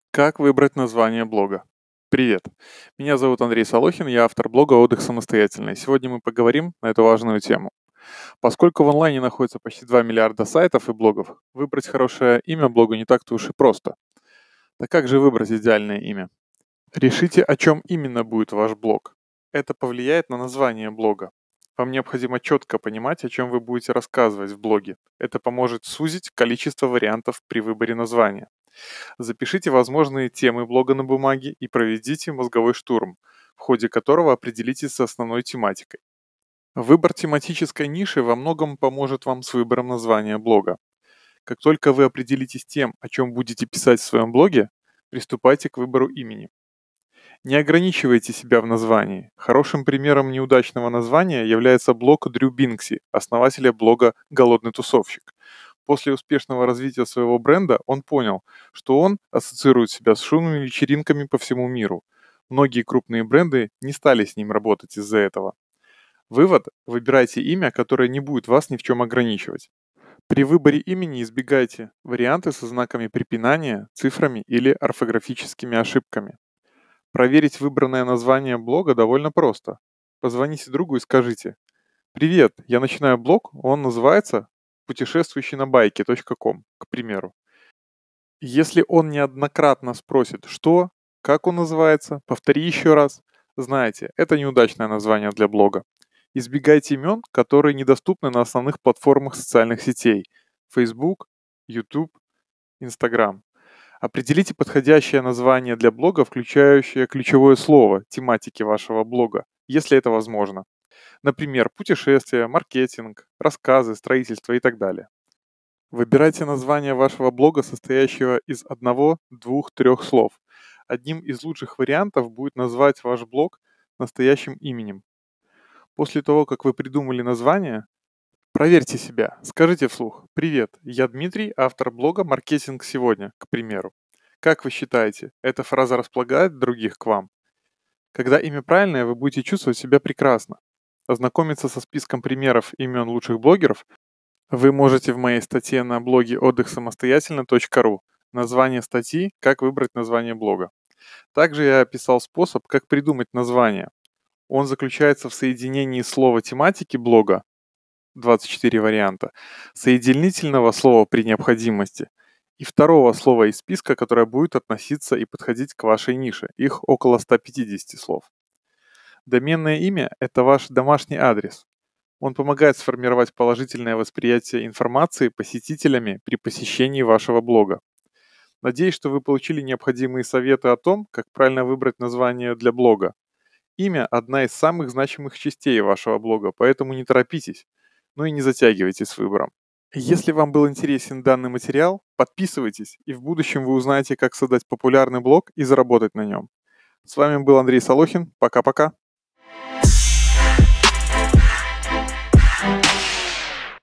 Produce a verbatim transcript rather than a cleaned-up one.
Как выбрать название блога? Привет. Меня зовут Андрей Солохин, я автор блога «Отдых самостоятельно». И сегодня мы поговорим на эту важную тему. Поскольку в онлайне находится почти два миллиарда сайтов и блогов, выбрать хорошее имя блогу не так-то уж и просто. Так как же выбрать идеальное имя? Решите, о чем именно будет ваш блог. Это повлияет на название блога. Вам необходимо четко понимать, о чем вы будете рассказывать в блоге. Это поможет сузить количество вариантов при выборе названия. Запишите возможные темы блога на бумаге и проведите мозговой штурм, в ходе которого определитесь с основной тематикой. Выбор тематической ниши во многом поможет вам с выбором названия блога. Как только вы определитесь тем, о чем будете писать в своем блоге, приступайте к выбору имени. Не ограничивайте себя в названии. Хорошим примером неудачного названия является блог Дрю Бинкси, основателя блога «Голодный тусовщик». После успешного развития своего бренда он понял, что он ассоциирует себя с шумными вечеринками по всему миру. Многие крупные бренды не стали с ним работать из-за этого. Вывод – выбирайте имя, которое не будет вас ни в чем ограничивать. При выборе имени избегайте варианты со знаками препинания, цифрами или орфографическими ошибками. Проверить выбранное название блога довольно просто. Позвоните другу и скажите: «Привет, я начинаю блог, он называется путешествующий на байке точка ком», к примеру. Если он неоднократно спросит, что, как он называется, повтори еще раз, знайте, это неудачное название для блога. Избегайте имен, которые недоступны на основных платформах социальных сетей: Facebook, YouTube, Instagram. Определите подходящее название для блога, включающее ключевое слово тематики вашего блога, если это возможно. Например, путешествия, маркетинг, рассказы, строительство и так далее. Выбирайте название вашего блога, состоящего из одного, двух, трех слов. Одним из лучших вариантов будет назвать ваш блог настоящим именем. После того, как вы придумали название, проверьте себя. Скажите вслух: «Привет, я Дмитрий, автор блога «Маркетинг сегодня», к примеру». Как вы считаете, эта фраза располагает других к вам? Когда имя правильное, вы будете чувствовать себя прекрасно. Ознакомиться со списком примеров имен лучших блогеров вы можете в моей статье на блоге отдых самостоятельно точка ру. Название статьи «Как выбрать название блога». Также я описал способ, как придумать название. Он заключается в соединении слова тематики блога, двадцать четыре варианта, соединительного слова при необходимости и второго слова из списка, которое будет относиться и подходить к вашей нише. Их около ста пятидесяти слов. Доменное имя – это ваш домашний адрес. Он помогает сформировать положительное восприятие информации посетителями при посещении вашего блога. Надеюсь, что вы получили необходимые советы о том, как правильно выбрать название для блога. Имя – одна из самых значимых частей вашего блога, поэтому не торопитесь, но и не затягивайте с выбором. Если вам был интересен данный материал, подписывайтесь, и в будущем вы узнаете, как создать популярный блог и заработать на нем. С вами был Андрей Солохин. Пока-пока.